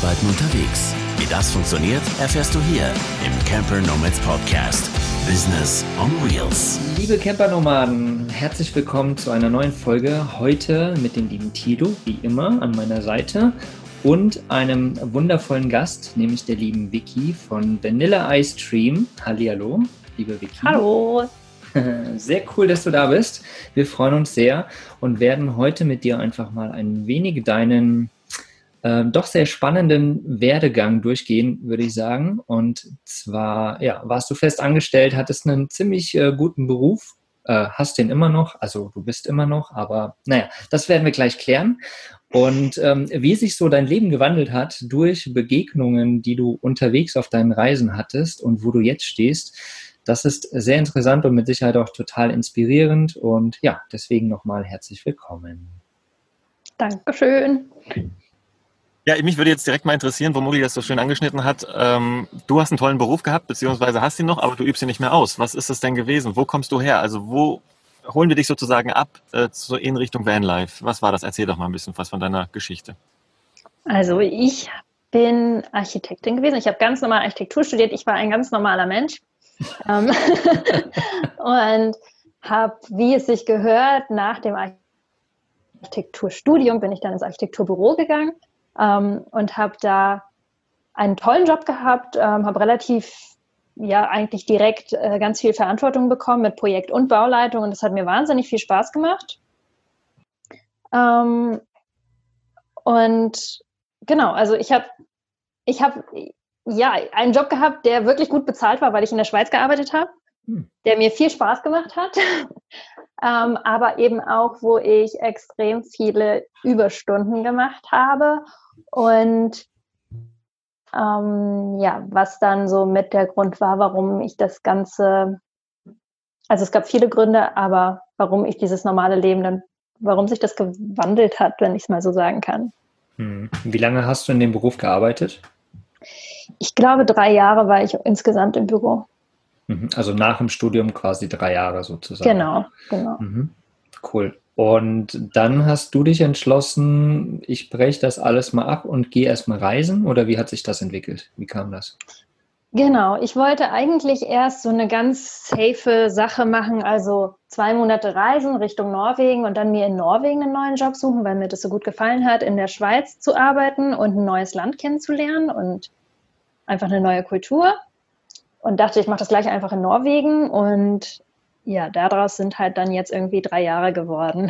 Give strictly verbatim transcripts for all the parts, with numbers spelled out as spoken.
Arbeiten unterwegs. Wie das funktioniert, erfährst du hier im Camper Nomads Podcast. Business on Wheels. Liebe Campernomaden, herzlich willkommen zu einer neuen Folge. Heute mit dem lieben Tilo, wie immer, an meiner Seite und einem wundervollen Gast, nämlich der lieben Vicky von Vanilla Ice Dream. Hallihallo, liebe Vicky. Hallo. Sehr cool, dass du da bist. Wir freuen uns sehr und werden heute mit dir einfach mal ein wenig deinen äh, doch sehr spannenden Werdegang durchgehen, würde ich sagen. Und zwar, ja, warst du fest angestellt, hattest einen ziemlich äh, guten Beruf, äh, hast den immer noch, also du bist immer noch, aber naja, das werden wir gleich klären. Und ähm, wie sich so dein Leben gewandelt hat durch Begegnungen, die du unterwegs auf deinen Reisen hattest und wo du jetzt stehst, das ist sehr interessant und mit Sicherheit auch total inspirierend. Und ja, deswegen nochmal herzlich willkommen. Dankeschön. Ja, mich würde jetzt direkt mal interessieren, wo Mogli das so schön angeschnitten hat. Ähm, du hast einen tollen Beruf gehabt, beziehungsweise hast ihn noch, aber du übst ihn nicht mehr aus. Was ist das denn gewesen? Wo kommst du her? Also wo holen wir dich sozusagen ab äh, zu, in Richtung Vanlife? Was war das? Erzähl doch mal ein bisschen was von deiner Geschichte. Also ich bin Architektin gewesen. Ich habe ganz normal Architektur studiert. Ich war ein ganz normaler Mensch. und habe, wie es sich gehört, nach dem Architekturstudium bin ich dann ins Architekturbüro gegangen ähm, und habe da einen tollen Job gehabt, ähm, habe relativ, ja eigentlich direkt äh, ganz viel Verantwortung bekommen mit Projekt- und Bauleitung und das hat mir wahnsinnig viel Spaß gemacht. Ähm, und genau, also ich habe ich habe ja, einen Job gehabt, der wirklich gut bezahlt war, weil ich in der Schweiz gearbeitet habe, hm. der mir viel Spaß gemacht hat, ähm, aber eben auch, wo ich extrem viele Überstunden gemacht habe und ähm, ja, was dann so mit der Grund war, warum ich das Ganze, also es gab viele Gründe, aber warum ich dieses normale Leben dann, warum sich das gewandelt hat, wenn ich es mal so sagen kann. Hm. Wie lange hast du in dem Beruf gearbeitet? Ich glaube, drei Jahre war ich insgesamt im Büro. Also nach dem Studium quasi drei Jahre sozusagen. Genau, genau. Mhm. Cool. Und dann hast du dich entschlossen, ich breche das alles mal ab und gehe erstmal reisen? Oder wie hat sich das entwickelt? Wie kam das? Genau, ich wollte eigentlich erst so eine ganz safe Sache machen, also zwei Monate reisen Richtung Norwegen und dann mir in Norwegen einen neuen Job suchen, weil mir das so gut gefallen hat, in der Schweiz zu arbeiten und ein neues Land kennenzulernen und einfach eine neue Kultur. Und dachte, ich mache das gleich einfach in Norwegen und ja, daraus sind halt dann jetzt irgendwie drei Jahre geworden.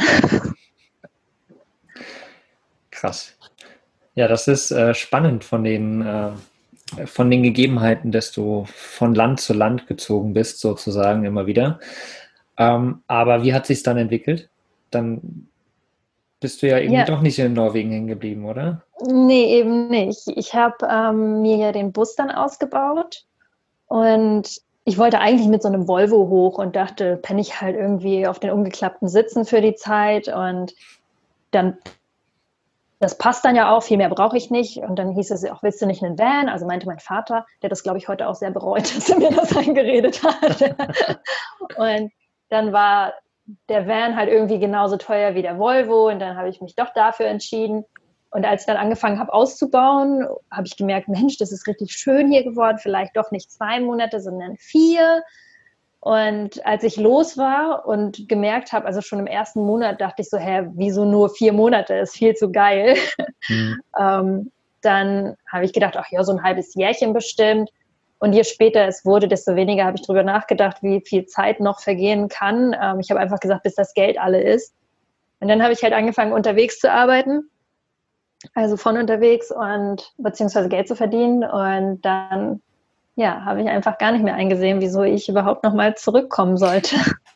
Krass. Ja, das ist äh, spannend von den, äh, von den Gegebenheiten, dass du von Land zu Land gezogen bist, sozusagen immer wieder. Ähm, aber wie hat sich es dann entwickelt? Dann bist du ja irgendwie ja. doch nicht in Norwegen hängen geblieben, oder? Nee, eben nicht. Ich habe ähm, mir ja den Bus dann ausgebaut und ich wollte eigentlich mit so einem Volvo hoch und dachte, penne ich halt irgendwie auf den umgeklappten Sitzen für die Zeit und dann, das passt dann ja auch, viel mehr brauche ich nicht. Und dann hieß es auch, willst du nicht einen Van? Also meinte mein Vater, der das, glaube ich, heute auch sehr bereut, dass er mir das eingeredet hat. Und dann war der Van halt irgendwie genauso teuer wie der Volvo und dann habe ich mich doch dafür entschieden. Und als ich dann angefangen habe auszubauen, habe ich gemerkt, Mensch, das ist richtig schön hier geworden, vielleicht doch nicht zwei Monate, sondern vier. Und als ich los war und gemerkt habe, also schon im ersten Monat dachte ich so, hä, wieso nur vier Monate, ist viel zu geil. Mhm. ähm, dann habe ich gedacht, ach ja, so ein halbes Jährchen bestimmt. Und je später es wurde, desto weniger habe ich darüber nachgedacht, wie viel Zeit noch vergehen kann. Ähm, ich habe einfach gesagt, bis das Geld alle ist. Und dann habe ich halt angefangen, unterwegs zu arbeiten. Also von unterwegs und beziehungsweise Geld zu verdienen. Und dann, ja, habe ich einfach gar nicht mehr eingesehen, wieso ich überhaupt nochmal zurückkommen sollte.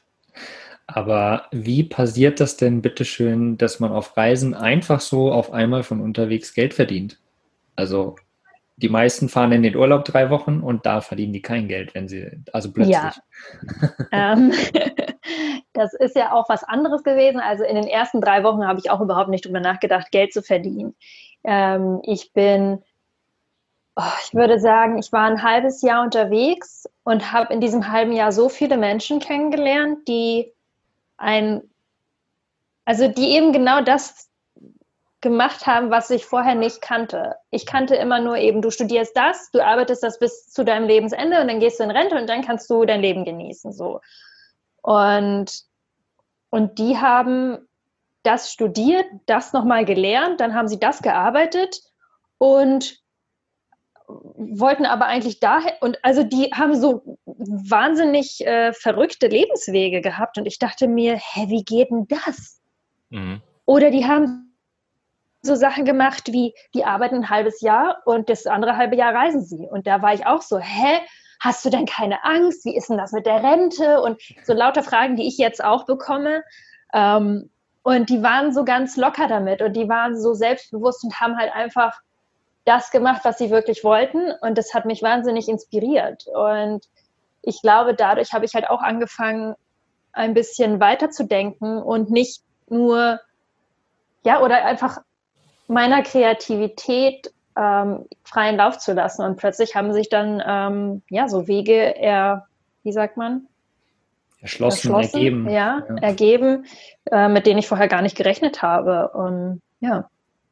Aber wie passiert das denn bitteschön, dass man auf Reisen einfach so auf einmal von unterwegs Geld verdient? Also die meisten fahren in den Urlaub drei Wochen und da verdienen die kein Geld, wenn sie, also plötzlich. Ja. ähm, das ist ja auch was anderes gewesen. Also in den ersten drei Wochen habe ich auch überhaupt nicht drüber nachgedacht, Geld zu verdienen. Ähm, ich bin, oh, ich würde sagen, ich war ein halbes Jahr unterwegs und habe in diesem halben Jahr so viele Menschen kennengelernt, die ein, also die eben genau das gemacht haben, was ich vorher nicht kannte. Ich kannte immer nur eben, du studierst das, du arbeitest das bis zu deinem Lebensende und dann gehst du in Rente und dann kannst du dein Leben genießen. So. Und, und die haben das studiert, das nochmal gelernt, dann haben sie das gearbeitet und wollten aber eigentlich daher, und also die haben so wahnsinnig äh, verrückte Lebenswege gehabt und ich dachte mir, hä, wie geht denn das? Mhm. Oder die haben so Sachen gemacht wie, die arbeiten ein halbes Jahr und das andere halbe Jahr reisen sie. Und da war ich auch so, hä, hast du denn keine Angst? Wie ist denn das mit der Rente? Und so lauter Fragen, die ich jetzt auch bekomme. Ähm, und die waren so ganz locker damit und die waren so selbstbewusst und haben halt einfach das gemacht, was sie wirklich wollten. Und das hat mich wahnsinnig inspiriert. Und ich glaube, dadurch habe ich halt auch angefangen, ein bisschen weiterzudenken und nicht nur, ja, oder einfach meiner Kreativität ähm, freien Lauf zu lassen. Und plötzlich haben sich dann, ähm, ja, so Wege, er, wie sagt man? Erschlossen, erschlossen ergeben. Ja, ja. ergeben, äh, mit denen ich vorher gar nicht gerechnet habe. Und ja.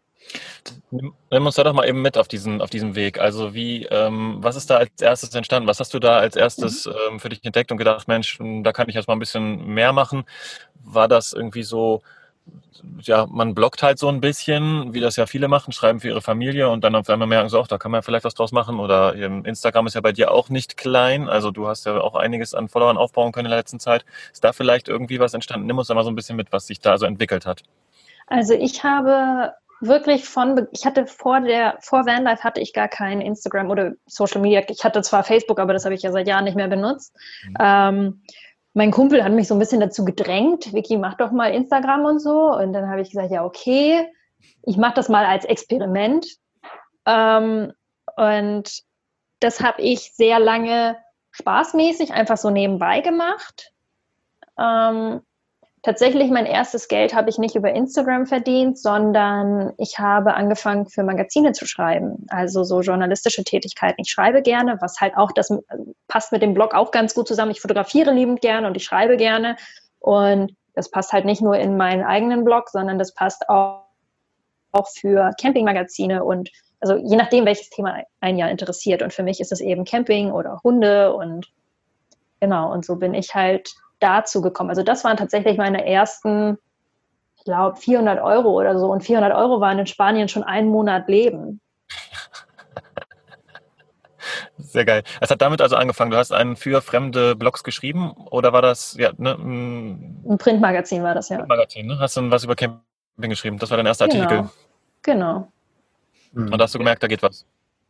Nimm uns da doch mal eben mit auf diesen, auf diesem Weg. Also wie, ähm, was ist da als erstes entstanden? Was hast du da als erstes mhm. ähm, für dich entdeckt und gedacht, Mensch, da kann ich jetzt mal ein bisschen mehr machen? War das irgendwie so, ja, man bloggt halt so ein bisschen, wie das ja viele machen, schreiben für ihre Familie und dann auf einmal merken so, ach, da kann man vielleicht was draus machen. Oder Instagram ist ja bei dir auch nicht klein. Also du hast ja auch einiges an Followern aufbauen können in der letzten Zeit. Ist da vielleicht irgendwie was entstanden? Nimm uns da mal so ein bisschen mit, was sich da so entwickelt hat. Also ich habe wirklich von, ich hatte vor der, vor Vanlife hatte ich gar kein Instagram oder Social Media. Ich hatte zwar Facebook, aber das habe ich ja seit Jahren nicht mehr benutzt. Mhm. Ähm, mein Kumpel hat mich so ein bisschen dazu gedrängt, Vicky, mach doch mal Instagram und so. Und dann habe ich gesagt, ja, okay, ich mache das mal als Experiment. Ähm, und das habe ich sehr lange spaßmäßig einfach so nebenbei gemacht. Ähm, Tatsächlich, mein erstes Geld habe ich nicht über Instagram verdient, sondern ich habe angefangen, für Magazine zu schreiben. Also so journalistische Tätigkeiten. Ich schreibe gerne, was halt auch, das passt mit dem Blog auch ganz gut zusammen. Ich fotografiere liebend gerne und ich schreibe gerne. Und das passt halt nicht nur in meinen eigenen Blog, sondern das passt auch, auch für Campingmagazine und also je nachdem, welches Thema einen ja interessiert. Und für mich ist es eben Camping oder Hunde und genau. Und so bin ich halt dazu gekommen. Also das waren tatsächlich meine ersten, ich glaube, vierhundert Euro oder so. Und vierhundert Euro waren in Spanien schon einen Monat Leben. Sehr geil. Es hat damit also angefangen, du hast einen für fremde Blogs geschrieben oder war das, ja, ne? Ein Printmagazin war das, ja. Printmagazin, ne? Hast du was über Camping geschrieben? Das war dein erster genau. Artikel. Genau. Und da hast du gemerkt, da geht was.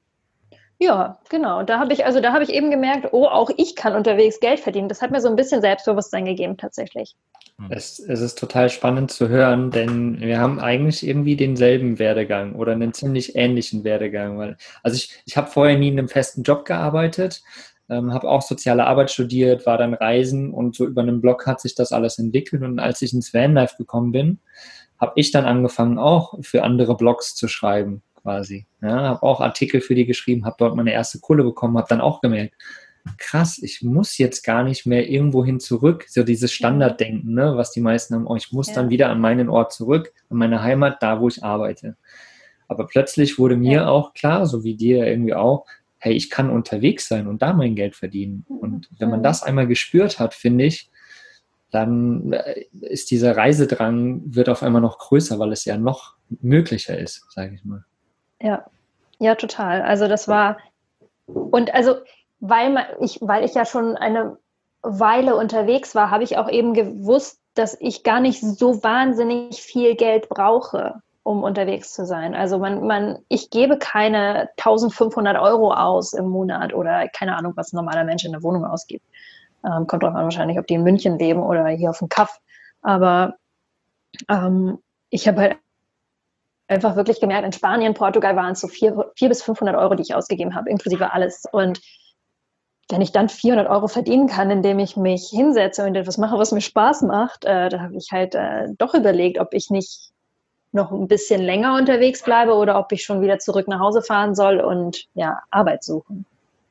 Ja, genau. Da habe ich, also da habe ich eben gemerkt, oh, auch ich kann unterwegs Geld verdienen. Das hat mir so ein bisschen Selbstbewusstsein gegeben, tatsächlich. Es, es ist total spannend zu hören, denn wir haben eigentlich irgendwie denselben Werdegang oder einen ziemlich ähnlichen Werdegang. Weil, also ich, ich habe vorher nie in einem festen Job gearbeitet, ähm, habe auch soziale Arbeit studiert, war dann reisen und so über einen Blog hat sich das alles entwickelt. Und als ich ins Vanlife gekommen bin, habe ich dann angefangen, auch für andere Blogs zu schreiben. Quasi. Ja, habe auch Artikel für die geschrieben, habe dort meine erste Kohle bekommen, habe dann auch gemerkt, krass, ich muss jetzt gar nicht mehr irgendwo hin zurück, so dieses Standarddenken, ne, was die meisten haben, oh, ich muss ja. dann wieder an meinen Ort zurück, an meine Heimat, da wo ich arbeite. Aber plötzlich wurde mir ja. auch klar, so wie dir irgendwie auch, hey, ich kann unterwegs sein und da mein Geld verdienen. Und wenn man das einmal gespürt hat, finde ich, dann ist dieser Reisedrang, wird auf einmal noch größer, weil es ja noch möglicher ist, sage ich mal. Ja, ja, total. Also das war, und also, weil man, ich, weil ich ja schon eine Weile unterwegs war, habe ich auch eben gewusst, dass ich gar nicht so wahnsinnig viel Geld brauche, um unterwegs zu sein. Also man, man, ich gebe keine eintausendfünfhundert Euro aus im Monat oder keine Ahnung, was ein normaler Mensch in der Wohnung ausgibt. Ähm, kommt drauf an wahrscheinlich, ob die in München leben oder hier auf dem Kaff. Aber ähm, ich habe halt einfach wirklich gemerkt, in Spanien, Portugal waren es so vier, vier bis fünfhundert Euro, die ich ausgegeben habe, inklusive alles. Und wenn ich dann vierhundert Euro verdienen kann, indem ich mich hinsetze und etwas mache, was mir Spaß macht, äh, da habe ich halt äh, doch überlegt, ob ich nicht noch ein bisschen länger unterwegs bleibe oder ob ich schon wieder zurück nach Hause fahren soll und ja, Arbeit suchen.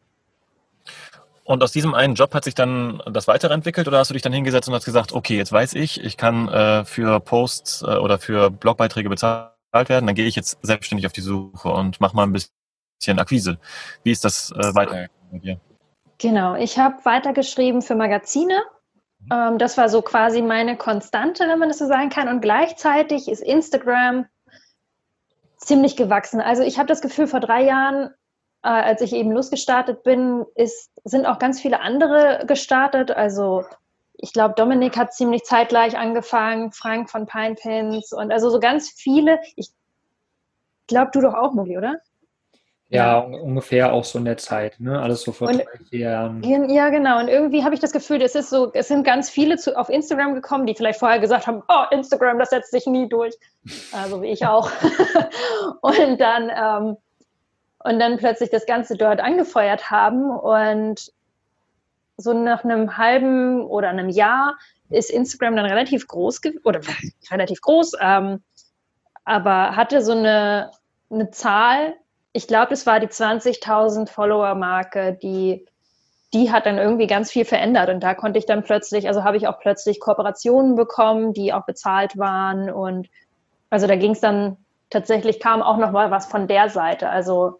Und aus diesem einen Job hat sich dann das weiterentwickelt oder hast du dich dann hingesetzt und hast gesagt, okay, jetzt weiß ich, ich kann äh, für Posts äh, oder für Blogbeiträge bezahlen werden, dann gehe ich jetzt selbstständig auf die Suche und mache mal ein bisschen Akquise. Wie ist das äh, weiter bei dir? Genau, ich habe weitergeschrieben für Magazine. Ähm, das war so quasi meine Konstante, wenn man das so sagen kann. Und gleichzeitig ist Instagram ziemlich gewachsen. Also ich habe das Gefühl, vor drei Jahren, äh, als ich eben losgestartet bin, ist, sind auch ganz viele andere gestartet. Also ich glaube, Dominik hat ziemlich zeitgleich angefangen, Frank von Pinepins und also so ganz viele. Ich glaube, du doch auch, Muli, oder? Ja, un- ungefähr auch so in der Zeit, ne? Alles so vor Und drei, vier Jahren. ja, genau. Und irgendwie habe ich das Gefühl, es ist so, es sind ganz viele zu, auf Instagram gekommen, die vielleicht vorher gesagt haben, oh, Instagram, das setzt sich nie durch. Also wie ich auch. Und dann, ähm, und dann plötzlich das Ganze dort angefeuert haben. Und so nach einem halben oder einem Jahr ist Instagram dann relativ groß, oder relativ groß, ähm, aber hatte so eine, eine Zahl, ich glaube, das war die zwanzigtausend Follower-Marke, die, die hat dann irgendwie ganz viel verändert. Und da konnte ich dann plötzlich, also habe ich auch plötzlich Kooperationen bekommen, die auch bezahlt waren. Und also da ging es dann tatsächlich, kam auch noch mal was von der Seite. Also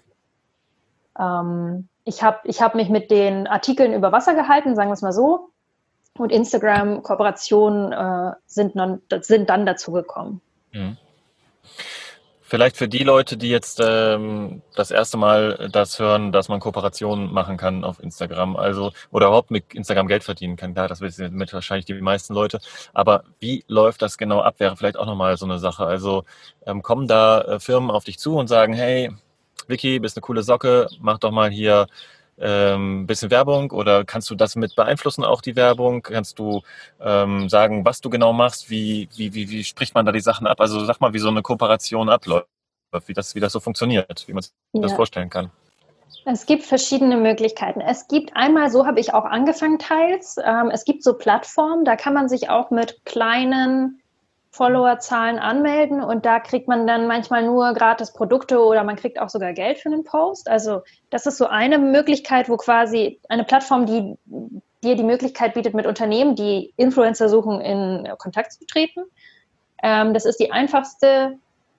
ähm, ich habe ich hab mich mit den Artikeln über Wasser gehalten, sagen wir es mal so. Und Instagram-Kooperationen äh, sind, sind dann dazu gekommen. Mhm. Vielleicht für die Leute, die jetzt ähm, das erste Mal das hören, dass man Kooperationen machen kann auf Instagram, also oder überhaupt mit Instagram Geld verdienen kann. Klar, das wissen mit wahrscheinlich die meisten Leute. Aber wie läuft das genau ab? Wäre vielleicht auch nochmal so eine Sache. Also ähm, kommen da äh, Firmen auf dich zu und sagen, hey, Vicky, bist eine coole Socke, mach doch mal hier ein ähm, bisschen Werbung, oder kannst du das mit beeinflussen, auch die Werbung? Kannst du ähm, sagen, was du genau machst? Wie, wie, wie, wie spricht man da die Sachen ab? Also sag mal, wie so eine Kooperation abläuft, wie das, wie das so funktioniert, wie man sich ja. das vorstellen kann. Es gibt verschiedene Möglichkeiten. Es gibt einmal, so habe ich auch angefangen teils, ähm, es gibt so Plattformen, da kann man sich auch mit kleinen Followerzahlen anmelden und da kriegt man dann manchmal nur gratis Produkte oder man kriegt auch sogar Geld für einen Post. Also das ist so eine Möglichkeit, wo quasi eine Plattform, die dir die Möglichkeit bietet, mit Unternehmen, die Influencer suchen, in Kontakt zu treten. Ähm, das ist die einfachste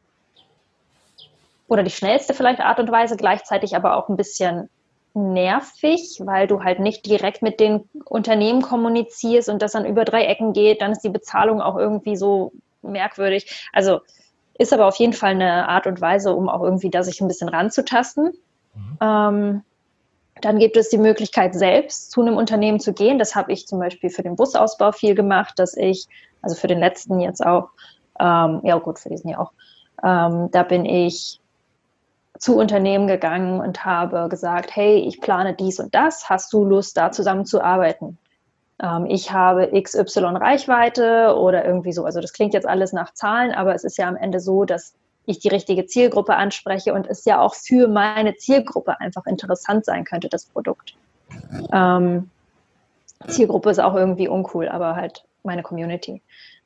oder die schnellste vielleicht Art und Weise, gleichzeitig aber auch ein bisschen nervig, weil du halt nicht direkt mit den Unternehmen kommunizierst und das dann über drei Ecken geht, dann ist die Bezahlung auch irgendwie so merkwürdig. Also ist aber auf jeden Fall eine Art und Weise, um auch irgendwie da sich ein bisschen ranzutasten. Mhm. Ähm, dann gibt es die Möglichkeit, selbst zu einem Unternehmen zu gehen. Das habe ich zum Beispiel für den Busausbau viel gemacht, dass ich, also für den letzten jetzt auch, ähm, ja gut, für diesen ja auch, ähm, da bin ich zu Unternehmen gegangen und habe gesagt, hey, ich plane dies und das, hast du Lust, da zusammenzuarbeiten? Ähm, ich habe X Y Reichweite oder irgendwie so. Also das klingt jetzt alles nach Zahlen, aber es ist ja am Ende so, dass ich die richtige Zielgruppe anspreche und es ja auch für meine Zielgruppe einfach interessant sein könnte, das Produkt. Ähm, Zielgruppe ist auch irgendwie uncool, aber halt meine Community.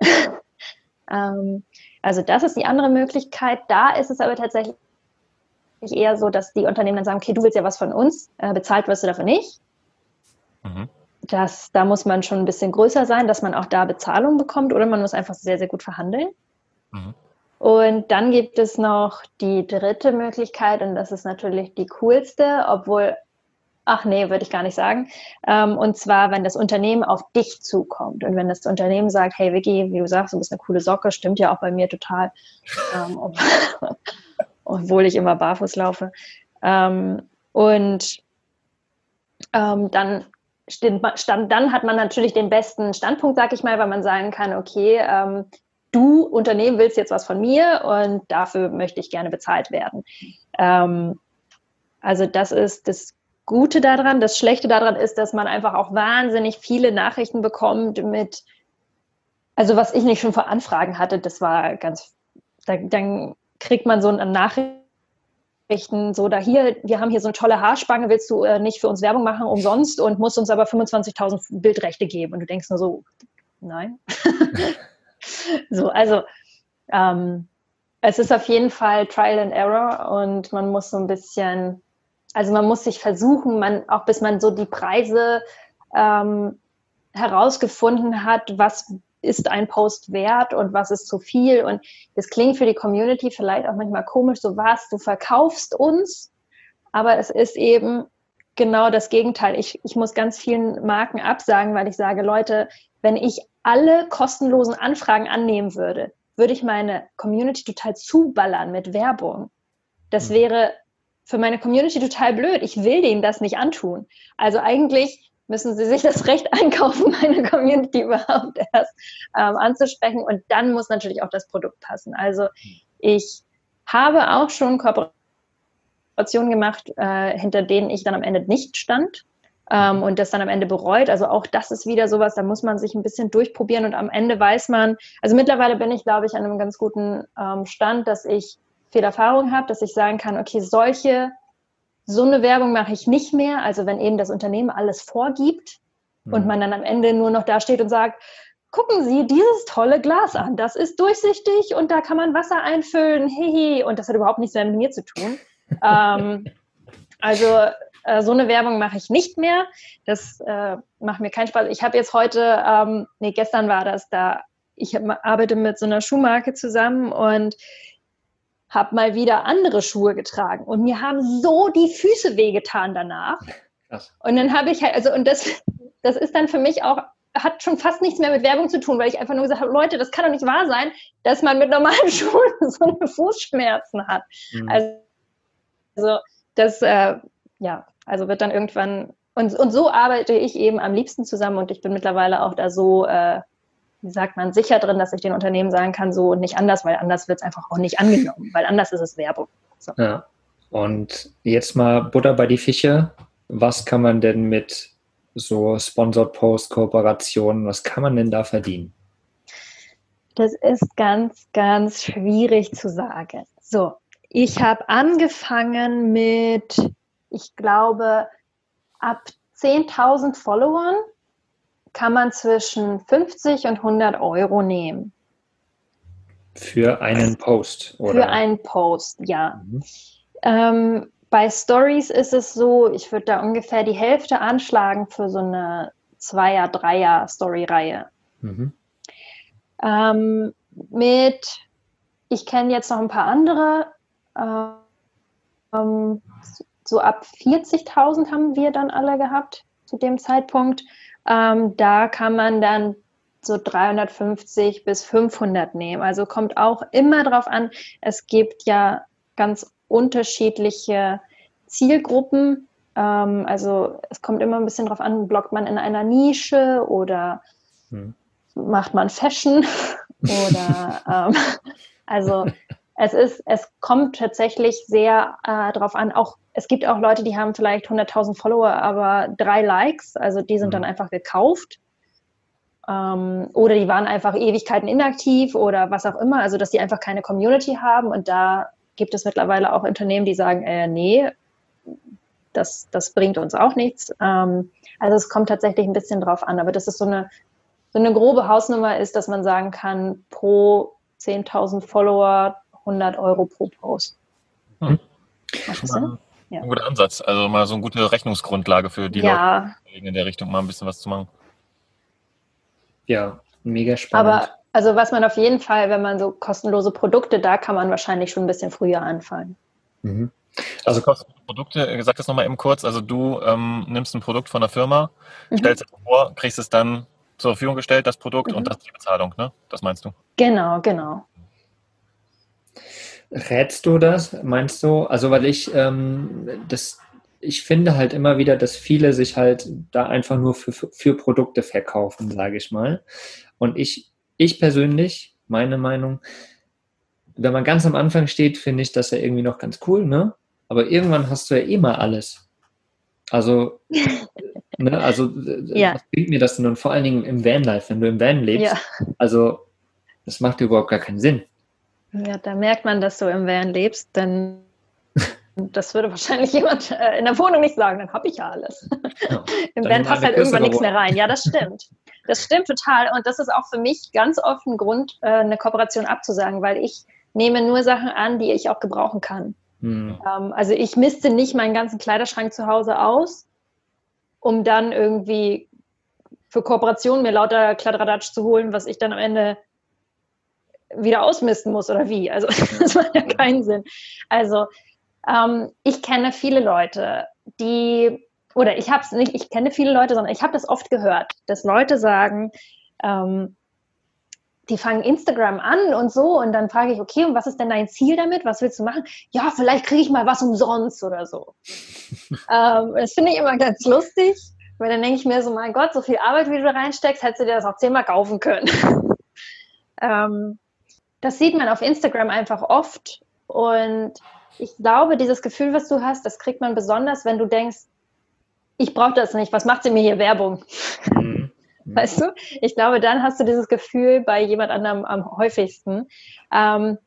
ähm, also das ist die andere Möglichkeit. Da ist es aber tatsächlich eher so, dass die Unternehmen dann sagen, okay, du willst ja was von uns, äh, bezahlt wirst du dafür nicht. Mhm. Das, da muss man schon ein bisschen größer sein, dass man auch da Bezahlung bekommt oder man muss einfach sehr, sehr gut verhandeln. Mhm. Und dann gibt es noch die dritte Möglichkeit und das ist natürlich die coolste, obwohl, ach nee, würde ich gar nicht sagen. Ähm, und zwar, wenn das Unternehmen auf dich zukommt und wenn das Unternehmen sagt, hey Vicky, wie du sagst, du bist eine coole Socke, stimmt ja auch bei mir total. Ähm, obwohl ich immer barfuß laufe. Ähm, und ähm, dann, stimmt, stand, dann hat man natürlich den besten Standpunkt, sag ich mal, weil man sagen kann, okay, ähm, du Unternehmen willst jetzt was von mir und dafür möchte ich gerne bezahlt werden. Ähm, also das ist das Gute daran. Das Schlechte daran ist, dass man einfach auch wahnsinnig viele Nachrichten bekommt mit, also was ich nicht schon vor Anfragen hatte, das war ganz, da, dann kriegt man so eine Nachrichten, so da hier, wir haben hier so eine tolle Haarspange, willst du äh, nicht für uns Werbung machen umsonst und musst uns aber fünfundzwanzigtausend Bildrechte geben und du denkst nur so, nein. So, also ähm, es ist auf jeden Fall Trial and Error und man muss so ein bisschen, also man muss sich versuchen, man, auch bis man so die Preise ähm, herausgefunden hat, was ist ein Post wert und was ist zu viel. Und das klingt für die Community vielleicht auch manchmal komisch, so was, du verkaufst uns, aber es ist eben genau das Gegenteil. Ich, ich muss ganz vielen Marken absagen, weil ich sage, Leute, wenn ich alle kostenlosen Anfragen annehmen würde, würde ich meine Community total zuballern mit Werbung. Das wäre für meine Community total blöd. Ich will denen das nicht antun. Also eigentlich müssen sie sich das Recht einkaufen, meine Community überhaupt erst ähm, anzusprechen. Und dann muss natürlich auch das Produkt passen. Also ich habe auch schon Kooperationen gemacht, äh, hinter denen ich dann am Ende nicht stand. Ähm, und das dann am Ende bereut. Also auch das ist wieder sowas, da muss man sich ein bisschen durchprobieren und am Ende weiß man, also mittlerweile bin ich, glaube ich, an einem ganz guten ähm, Stand, dass ich viel Erfahrung habe, dass ich sagen kann, okay, solche, so eine Werbung mache ich nicht mehr. Also wenn eben das Unternehmen alles vorgibt mhm. und man dann am Ende nur noch da steht und sagt, gucken Sie dieses tolle Glas an, das ist durchsichtig und da kann man Wasser einfüllen, hehe, und das hat überhaupt nichts mehr mit mir zu tun. ähm, also so eine Werbung mache ich nicht mehr. Das äh, macht mir keinen Spaß. Ich habe jetzt heute, ähm, nee, gestern war das da, ich hab, arbeite mit so einer Schuhmarke zusammen und habe mal wieder andere Schuhe getragen. Und mir haben so die Füße wehgetan danach. Krass. Und dann habe ich halt, also und das, das ist dann für mich auch, hat schon fast nichts mehr mit Werbung zu tun, weil ich einfach nur gesagt habe, Leute, das kann doch nicht wahr sein, dass man mit normalen Schuhen so eine Fußschmerzen hat. Mhm. Also das, äh, ja, also wird dann irgendwann, und, und so arbeite ich eben am liebsten zusammen und ich bin mittlerweile auch da so, äh, wie sagt man, sicher drin, dass ich den Unternehmen sagen kann, so und nicht anders, weil anders wird es einfach auch nicht angenommen, weil anders ist es Werbung. So. Ja, und jetzt mal Butter bei die Fische. Was kann man denn mit so Sponsored Post Kooperationen, was kann man denn da verdienen? Das ist ganz, ganz schwierig zu sagen. So, ich habe angefangen mit, ich glaube, ab zehntausend Followern kann man zwischen fünfzig und hundert Euro nehmen. Für einen Post, oder? Für einen Post, ja. Mhm. Ähm, bei Stories ist es so, ich würde da ungefähr die Hälfte anschlagen für so eine Zweier-, Dreier-Story-Reihe. Mhm. Ähm, mit, ich kenne jetzt noch ein paar andere, ähm, so ab vierzigtausend haben wir dann alle gehabt zu dem Zeitpunkt. Ähm, da kann man dann so dreihundertfünfzig bis fünfhundert nehmen. Also kommt auch immer drauf an, es gibt ja ganz unterschiedliche Zielgruppen. Ähm, also es kommt immer ein bisschen drauf an, bloggt man in einer Nische oder hm. macht man Fashion oder ähm, also es ist, es kommt tatsächlich sehr äh, drauf an, auch es gibt auch Leute, die haben vielleicht hunderttausend Follower, aber drei Likes, also die sind mhm. dann einfach gekauft. Ähm, oder die waren einfach Ewigkeiten inaktiv oder was auch immer, also dass die einfach keine Community haben. Und da gibt es mittlerweile auch Unternehmen, die sagen, äh, nee, das, das bringt uns auch nichts. Ähm, also es kommt tatsächlich ein bisschen drauf an, aber das ist so eine, so eine grobe Hausnummer ist, dass man sagen kann, pro zehntausend Follower hundert Euro pro Post. Hm. Macht das Sinn? Ja. Ein guter Ansatz, also mal so eine gute Rechnungsgrundlage für die ja. Leute, in der Richtung mal ein bisschen was zu machen. Ja, mega spannend. Aber also was man auf jeden Fall, wenn man so kostenlose Produkte, da kann man wahrscheinlich schon ein bisschen früher anfangen. Mhm. Also kostenlose Produkte, sag das nochmal eben kurz, also du ähm, nimmst ein Produkt von der Firma, mhm. stellst es vor, kriegst es dann zur Verfügung gestellt, das Produkt, mhm. und das ist die Bezahlung, ne? Das meinst du? Genau, genau. Rätst du das, meinst du? Also, weil ich ähm, das, ich finde halt immer wieder, dass viele sich halt da einfach nur für, für Produkte verkaufen, sage ich mal. Und ich, ich persönlich, meine Meinung, wenn man ganz am Anfang steht, finde ich das ja irgendwie noch ganz cool, ne? Aber irgendwann hast du ja eh mal alles. Also, ne, also ja. was bringt mir das denn? Und vor allen Dingen im Vanlife, wenn du im Van lebst, ja. also das macht überhaupt gar keinen Sinn. Ja, da merkt man, dass du im Van lebst, denn das würde wahrscheinlich jemand äh, in der Wohnung nicht sagen, dann habe ich ja alles. Ja, im Van passt halt irgendwann nichts mehr rein. Ja, das stimmt. Das stimmt total und das ist auch für mich ganz oft ein Grund, äh, eine Kooperation abzusagen, weil ich nehme nur Sachen an, die ich auch gebrauchen kann. Hm. Ähm, also ich misste nicht meinen ganzen Kleiderschrank zu Hause aus, um dann irgendwie für Kooperationen mir lauter Kladderadatsch zu holen, was ich dann am Ende wieder ausmisten muss oder wie. Also das macht ja keinen Sinn. Also ähm, ich kenne viele Leute, die, oder ich habe es nicht, ich kenne viele Leute, sondern ich habe das oft gehört, dass Leute sagen, ähm, die fangen Instagram an und so und dann frage ich, okay, und was ist denn dein Ziel damit? Was willst du machen? Ja, vielleicht kriege ich mal was umsonst oder so. ähm, das finde ich immer ganz lustig, weil dann denke ich mir so, mein Gott, so viel Arbeit, wie du da reinsteckst, hättest du dir das auch zehnmal kaufen können. ähm, das sieht man auf Instagram einfach oft und ich glaube, dieses Gefühl, was du hast, das kriegt man besonders, wenn du denkst, ich brauche das nicht, was macht sie mir hier Werbung? Mhm. Weißt du? Ich glaube, dann hast du dieses Gefühl bei jemand anderem am häufigsten. Ähm,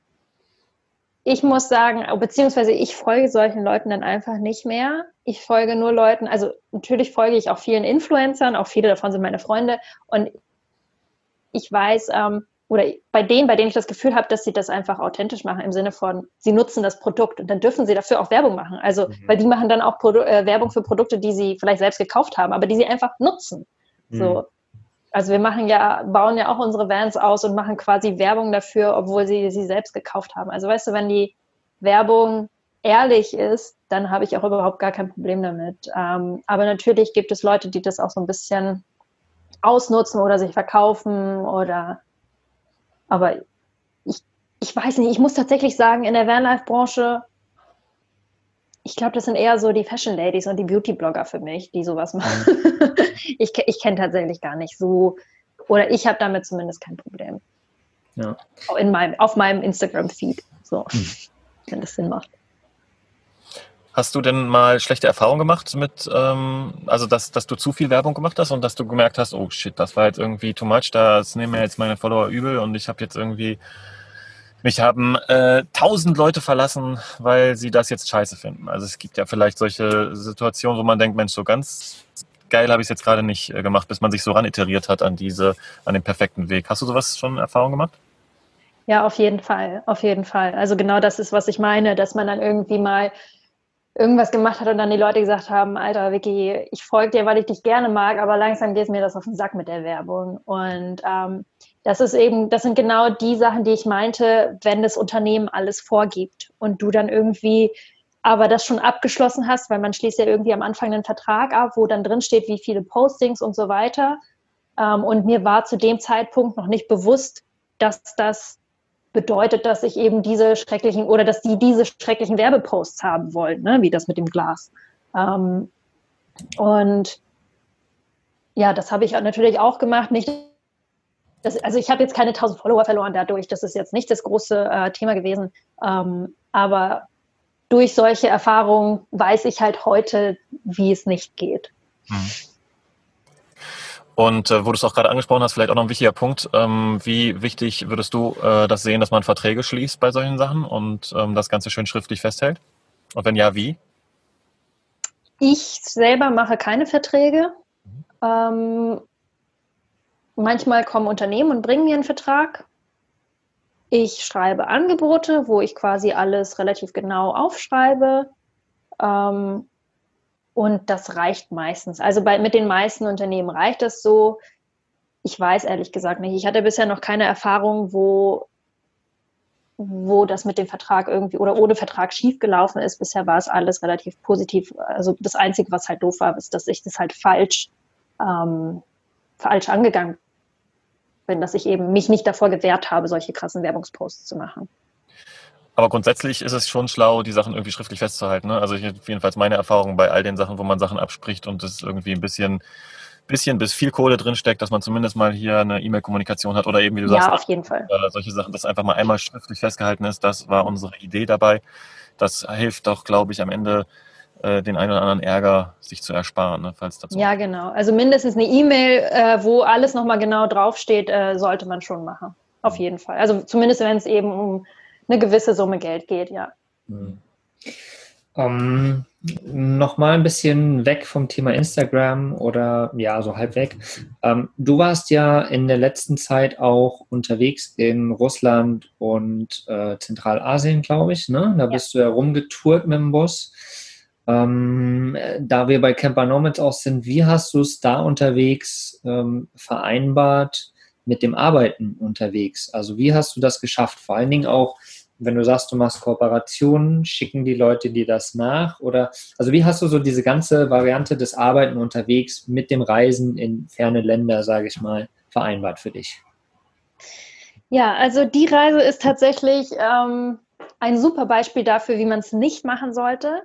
ich muss sagen, beziehungsweise ich folge solchen Leuten dann einfach nicht mehr. Ich folge nur Leuten, also natürlich folge ich auch vielen Influencern, auch viele davon sind meine Freunde und ich weiß, ähm, oder bei denen, bei denen ich das Gefühl habe, dass sie das einfach authentisch machen, im Sinne von, sie nutzen das Produkt und dann dürfen sie dafür auch Werbung machen. Also, mhm. weil die machen dann auch Produ- äh, Werbung für Produkte, die sie vielleicht selbst gekauft haben, aber die sie einfach nutzen. So, also wir machen ja, bauen ja auch unsere Vans aus und machen quasi Werbung dafür, obwohl sie sie selbst gekauft haben. Also weißt du, wenn die Werbung ehrlich ist, dann habe ich auch überhaupt gar kein Problem damit. Ähm, aber natürlich gibt es Leute, die das auch so ein bisschen ausnutzen oder sich verkaufen oder, aber ich, ich weiß nicht, ich muss tatsächlich sagen, in der Vanlife-Branche, ich glaube, das sind eher so die Fashion-Ladies und die Beauty-Blogger für mich, die sowas machen. Mhm. ich ich kenne tatsächlich gar nicht so, oder ich habe damit zumindest kein Problem. Ja. In meinem, auf meinem Instagram-Feed, so, mhm. wenn das Sinn macht. Hast du denn mal schlechte Erfahrungen gemacht mit, ähm, also dass, dass du zu viel Werbung gemacht hast und dass du gemerkt hast, oh shit, das war jetzt irgendwie too much, das nehmen mir jetzt meine Follower übel und ich habe jetzt irgendwie Mich haben äh, tausend Leute verlassen, weil sie das jetzt scheiße finden. Also es gibt ja vielleicht solche Situationen, wo man denkt, Mensch, so ganz geil habe ich es jetzt gerade nicht äh, gemacht, bis man sich so ran iteriert hat an diese, an den perfekten Weg. Hast du sowas schon Erfahrung gemacht? Ja, auf jeden Fall, auf jeden Fall. Also genau das ist, was ich meine, dass man dann irgendwie mal irgendwas gemacht hat und dann die Leute gesagt haben, Alter, Vicky, ich folge dir, weil ich dich gerne mag, aber langsam geht mir das auf den Sack mit der Werbung. Und ähm, das ist eben, das sind genau die Sachen, die ich meinte, wenn das Unternehmen alles vorgibt und du dann irgendwie aber das schon abgeschlossen hast, weil man schließt ja irgendwie am Anfang einen Vertrag ab, wo dann drin steht, wie viele Postings und so weiter. Ähm, und mir war zu dem Zeitpunkt noch nicht bewusst, dass das bedeutet, dass ich eben diese schrecklichen oder dass die diese schrecklichen Werbeposts haben wollen, ne? Wie das mit dem Glas. Ähm, und ja, das habe ich natürlich auch gemacht. Nicht, dass, also ich habe jetzt keine tausend Follower verloren dadurch. Das ist jetzt nicht das große äh, Thema gewesen. Ähm, aber durch solche Erfahrungen weiß ich halt heute, wie es nicht geht. Hm. Und äh, wo du es auch gerade angesprochen hast, vielleicht auch noch ein wichtiger Punkt. Ähm, wie wichtig würdest du äh, das sehen, dass man Verträge schließt bei solchen Sachen und ähm, das Ganze schön schriftlich festhält? Und wenn ja, wie? Ich selber mache keine Verträge. Mhm. Ähm, manchmal kommen Unternehmen und bringen mir einen Vertrag. Ich schreibe Angebote, wo ich quasi alles relativ genau aufschreibe. Ähm, Und das reicht meistens. Also bei, mit den meisten Unternehmen reicht das so. Ich weiß ehrlich gesagt nicht. Ich hatte bisher noch keine Erfahrung, wo, wo das mit dem Vertrag irgendwie oder ohne Vertrag schiefgelaufen ist. Bisher war es alles relativ positiv. Also das Einzige, was halt doof war, ist, dass ich das halt falsch, ähm, falsch angegangen bin, dass ich eben mich nicht davor gewehrt habe, solche krassen Werbungsposts zu machen. Aber grundsätzlich ist es schon schlau, die Sachen irgendwie schriftlich festzuhalten. Ne? Also ich, jedenfalls meine Erfahrung bei all den Sachen, wo man Sachen abspricht und es irgendwie ein bisschen, bisschen bis viel Kohle drinsteckt, dass man zumindest mal hier eine E-Mail-Kommunikation hat oder eben, wie du ja, sagst, auf jeden Fall. Äh, solche Sachen, dass einfach mal einmal schriftlich festgehalten ist. Das war unsere Idee dabei. Das hilft doch, glaube ich, am Ende äh, den einen oder anderen Ärger sich zu ersparen, ne? Falls dazu. Ja, genau. Also mindestens eine E-Mail, äh, wo alles nochmal genau draufsteht, äh, sollte man schon machen. Auf mhm. jeden Fall. Also zumindest, wenn es eben um eine gewisse Summe Geld geht, ja. Mhm. Um, Nochmal ein bisschen weg vom Thema Instagram oder ja, so halb weg. Um, du warst ja in der letzten Zeit auch unterwegs in Russland und äh, Zentralasien, glaube ich, ne? Da ja. bist du ja rumgetourt mit dem Bus. Ähm, da wir bei Camper Nomads auch sind, wie hast du es da unterwegs ähm, vereinbart mit dem Arbeiten unterwegs? Also wie hast du das geschafft? Vor allen Dingen auch, wenn du sagst, du machst Kooperationen, schicken die Leute dir das nach? Oder also wie hast du so diese ganze Variante des Arbeiten unterwegs mit dem Reisen in ferne Länder, sage ich mal, vereinbart für dich? Ja, also die Reise ist tatsächlich ähm, ein super Beispiel dafür, wie man es nicht machen sollte.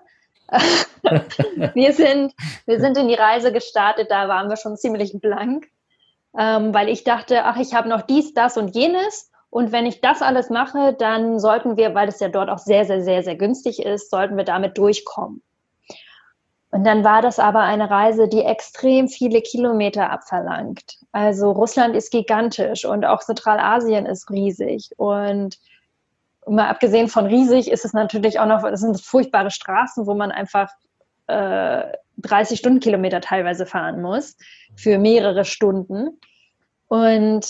wir, sind, wir sind in die Reise gestartet, da waren wir schon ziemlich blank, ähm, weil ich dachte, ach, ich habe noch dies, das und jenes und wenn ich das alles mache, dann sollten wir, weil es ja dort auch sehr, sehr, sehr, sehr günstig ist, sollten wir damit durchkommen. Und dann war das aber eine Reise, die extrem viele Kilometer abverlangt. Also Russland ist gigantisch und auch Zentralasien ist riesig und mal abgesehen von riesig ist es natürlich auch noch, das sind furchtbare Straßen, wo man einfach äh, dreißig Stundenkilometer teilweise fahren muss für mehrere Stunden. Und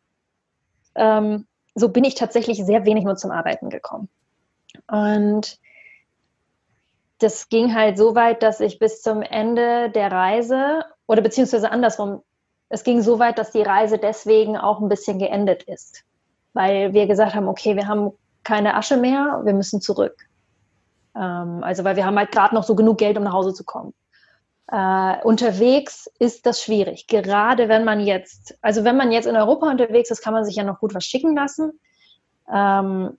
ähm, so bin ich tatsächlich sehr wenig nur zum Arbeiten gekommen. Und das ging halt so weit, dass ich bis zum Ende der Reise, oder beziehungsweise andersrum, es ging so weit, dass die Reise deswegen auch ein bisschen geendet ist. Weil wir gesagt haben, okay, wir haben keine Asche mehr, wir müssen zurück. Ähm, also weil wir haben halt gerade noch so genug Geld, um nach Hause zu kommen. Äh, unterwegs ist das schwierig. Gerade wenn man jetzt, also wenn man jetzt in Europa unterwegs ist, kann man sich ja noch gut was schicken lassen. Ähm,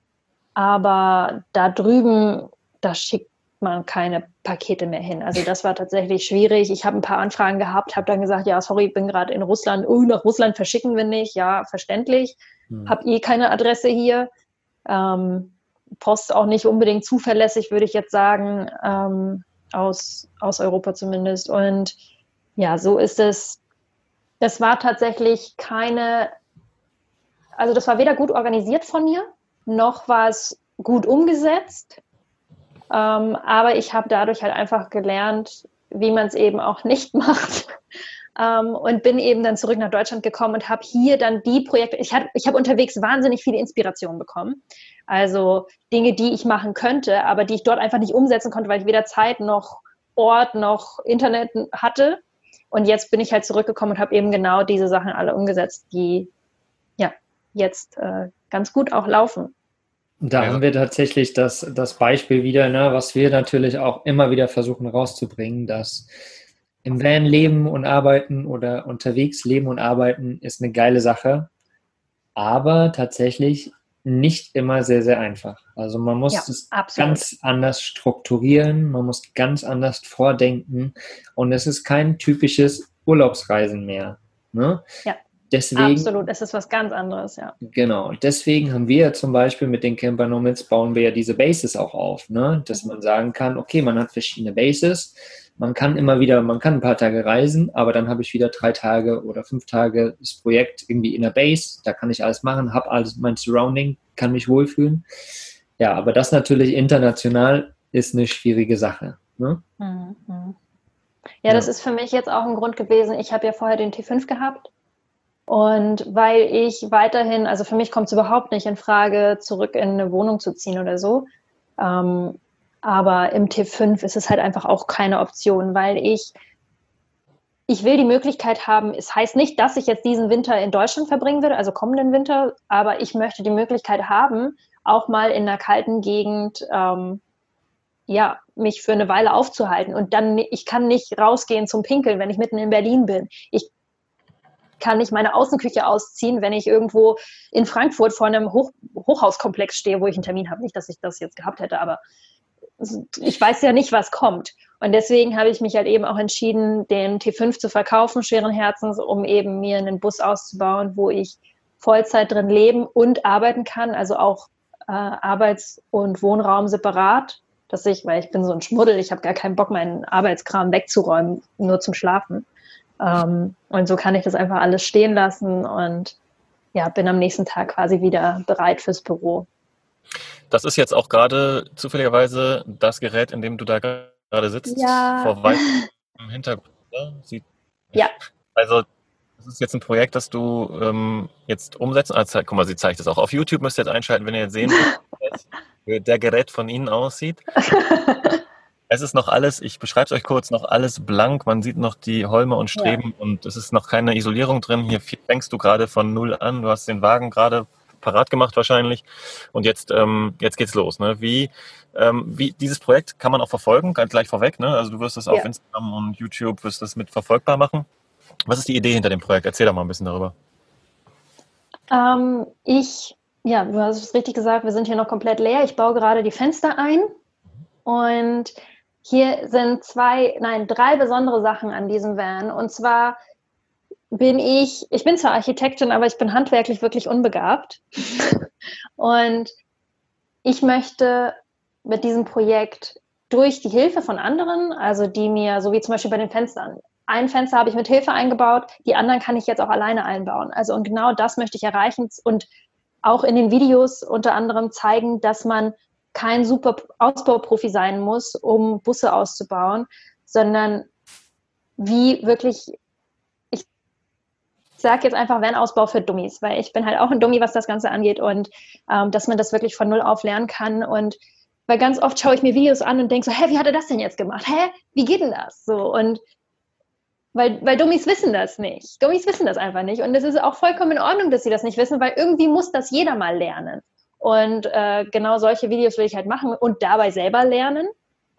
aber da drüben, da schickt man keine Pakete mehr hin. Also das war tatsächlich schwierig. Ich habe ein paar Anfragen gehabt, habe dann gesagt, ja, sorry, ich bin gerade in Russland. Oh, nach Russland verschicken wir nicht. Ja, verständlich. Hm. Hab eh keine Adresse hier. Ähm, Post auch nicht unbedingt zuverlässig, würde ich jetzt sagen, ähm, aus, aus Europa zumindest. Und ja, so ist es. Das war tatsächlich keine, also das war weder gut organisiert von mir, noch war es gut umgesetzt. Ähm, aber ich habe dadurch halt einfach gelernt, wie man es eben auch nicht macht. Ähm, und bin eben dann zurück nach Deutschland gekommen und habe hier dann die Projekte, ich habe ich hab unterwegs wahnsinnig viele Inspirationen bekommen. Also Dinge, die ich machen könnte, aber die ich dort einfach nicht umsetzen konnte, weil ich weder Zeit noch Ort noch Internet hatte. Und jetzt bin ich halt zurückgekommen und habe eben genau diese Sachen alle umgesetzt, die ja jetzt äh, ganz gut auch laufen. Da ja. haben wir tatsächlich das, das Beispiel wieder, ne, was wir natürlich auch immer wieder versuchen rauszubringen, dass im Van leben und arbeiten oder unterwegs leben und arbeiten ist eine geile Sache, aber tatsächlich nicht immer sehr, sehr einfach. Also man muss ja, es absolut. ganz anders strukturieren, man muss ganz anders vordenken und es ist kein typisches Urlaubsreisen mehr. Ne? Ja. Deswegen, absolut, es ist was ganz anderes, ja. Genau, deswegen haben wir zum Beispiel mit den Camper Nomads bauen wir ja diese Bases auch auf, ne? Dass man sagen kann, okay, man hat verschiedene Bases, man kann immer wieder, man kann ein paar Tage reisen, aber dann habe ich wieder drei Tage oder fünf Tage das Projekt irgendwie in der Base, da kann ich alles machen, habe alles mein Surrounding, kann mich wohlfühlen. Ja, aber das natürlich international ist eine schwierige Sache, ne? Mhm. Ja, ja, das ist für mich jetzt auch ein Grund gewesen, ich habe ja vorher den T fünf gehabt. Und weil ich weiterhin, also für mich kommt es überhaupt nicht in Frage, zurück in eine Wohnung zu ziehen oder so. Ähm, aber im T fünf ist es halt einfach auch keine Option, weil ich, ich will die Möglichkeit haben, es heißt nicht, dass ich jetzt diesen Winter in Deutschland verbringen würde, also kommenden Winter, aber ich möchte die Möglichkeit haben, auch mal in einer kalten Gegend, ähm, ja, mich für eine Weile aufzuhalten. Und dann, ich kann nicht rausgehen zum Pinkeln, wenn ich mitten in Berlin bin. Ich kann nicht meine Außenküche ausziehen, wenn ich irgendwo in Frankfurt vor einem Hoch- Hochhauskomplex stehe, wo ich einen Termin habe. Nicht, dass ich das jetzt gehabt hätte, aber ich weiß ja nicht, was kommt. Und deswegen habe ich mich halt eben auch entschieden, den T fünf zu verkaufen, schweren Herzens, um eben mir einen Bus auszubauen, wo ich Vollzeit drin leben und arbeiten kann, also auch äh, Arbeits- und Wohnraum separat, dass ich, weil ich bin so ein Schmuddel, ich habe gar keinen Bock, meinen Arbeitskram wegzuräumen, nur zum Schlafen. Um, und so kann ich das einfach alles stehen lassen und ja, bin am nächsten Tag quasi wieder bereit fürs Büro. Das ist jetzt auch gerade zufälligerweise das Gerät, in dem du da gerade sitzt, ja. vor weit im Hintergrund. Sieht, ja. Also das ist jetzt ein Projekt, das du ähm, jetzt umsetzt. Ah, guck mal, sie zeigt es auch. Auf YouTube müsst ihr jetzt einschalten, wenn ihr jetzt sehen wollt, wie der Gerät von Ihnen aussieht. Es Es ist noch alles, ich beschreibe es euch kurz, noch alles blank. Man sieht noch die Holme und Streben ja. und es ist noch keine Isolierung drin. Hier fängst du gerade von null an. Du hast den Wagen gerade parat gemacht wahrscheinlich. Und jetzt, ähm, jetzt geht's los. Ne? Wie, ähm, wie dieses Projekt kann man auch verfolgen, ganz gleich vorweg. Ne? Also du wirst es ja. auf Instagram und YouTube wirst das mit verfolgbar machen. Was ist die Idee hinter dem Projekt? Erzähl doch mal ein bisschen darüber. Ähm, ich, ja, du hast es richtig gesagt, wir sind hier noch komplett leer. Ich baue gerade die Fenster ein. Und hier sind zwei, nein, drei besondere Sachen an diesem Van. Und zwar bin ich, ich bin zwar Architektin, aber ich bin handwerklich wirklich unbegabt. Und ich möchte mit diesem Projekt durch die Hilfe von anderen, also die mir, so wie zum Beispiel bei den Fenstern, ein Fenster habe ich mit Hilfe eingebaut, die anderen kann ich jetzt auch alleine einbauen. Also und genau das möchte ich erreichen und auch in den Videos unter anderem zeigen, dass man kein super Ausbauprofi sein muss, um Busse auszubauen, sondern wie wirklich, ich sage jetzt einfach Van-Ausbau für Dummies, weil ich bin halt auch ein Dummy, was das Ganze angeht und ähm, dass man das wirklich von null auf lernen kann und weil ganz oft schaue ich mir Videos an und denke so, hä, wie hat er das denn jetzt gemacht? Hä, wie geht denn das? So und weil, weil Dummies wissen das nicht. Dummies wissen das einfach nicht und es ist auch vollkommen in Ordnung, dass sie das nicht wissen, weil irgendwie muss das jeder mal lernen. Und äh, genau solche Videos will ich halt machen und dabei selber lernen.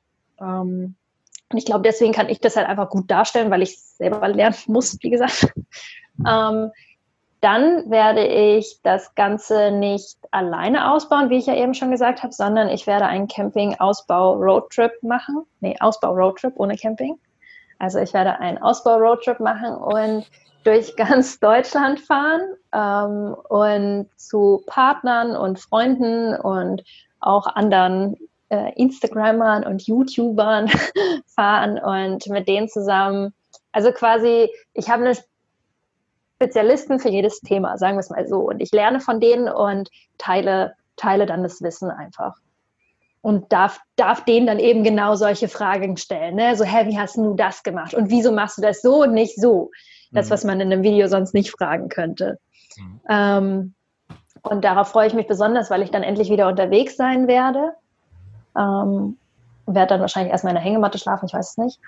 Ähm, und ich glaube, deswegen kann ich das halt einfach gut darstellen, weil ich selber lernen muss, wie gesagt. ähm, dann werde ich das Ganze nicht alleine ausbauen, wie ich ja eben schon gesagt habe, sondern ich werde einen Camping-Ausbau-Roadtrip machen. Nee, Ausbau-Roadtrip ohne Camping. Also ich werde einen Ausbau-Roadtrip machen und durch ganz Deutschland fahren ähm, und zu Partnern und Freunden und auch anderen äh, Instagrammern und YouTubern fahren und mit denen zusammen, also quasi, ich habe eine Spezialisten für jedes Thema, sagen wir es mal so, und ich lerne von denen und teile, teile dann das Wissen einfach. Und darf, darf denen dann eben genau solche Fragen stellen, ne? So, hä, wie hast du das gemacht? Und wieso machst du das so und nicht so? Das, was man in einem Video sonst nicht fragen könnte. Mhm. Ähm, und darauf freue ich mich besonders, weil ich dann endlich wieder unterwegs sein werde. Ähm, werde dann wahrscheinlich erstmal in der Hängematte schlafen, ich weiß es nicht.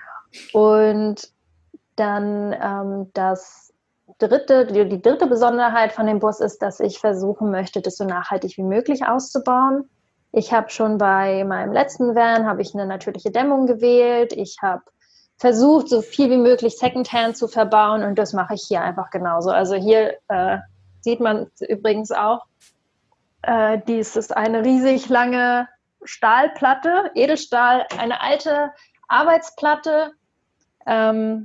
Und dann ähm, das dritte, die, die dritte Besonderheit von dem Bus ist, dass ich versuchen möchte, das so nachhaltig wie möglich auszubauen. Ich habe schon bei meinem letzten Van, habe ich eine natürliche Dämmung gewählt. Ich habe versucht, so viel wie möglich Secondhand zu verbauen und das mache ich hier einfach genauso. Also hier äh, sieht man übrigens auch, äh, dies ist eine riesig lange Stahlplatte, Edelstahl, eine alte Arbeitsplatte ähm,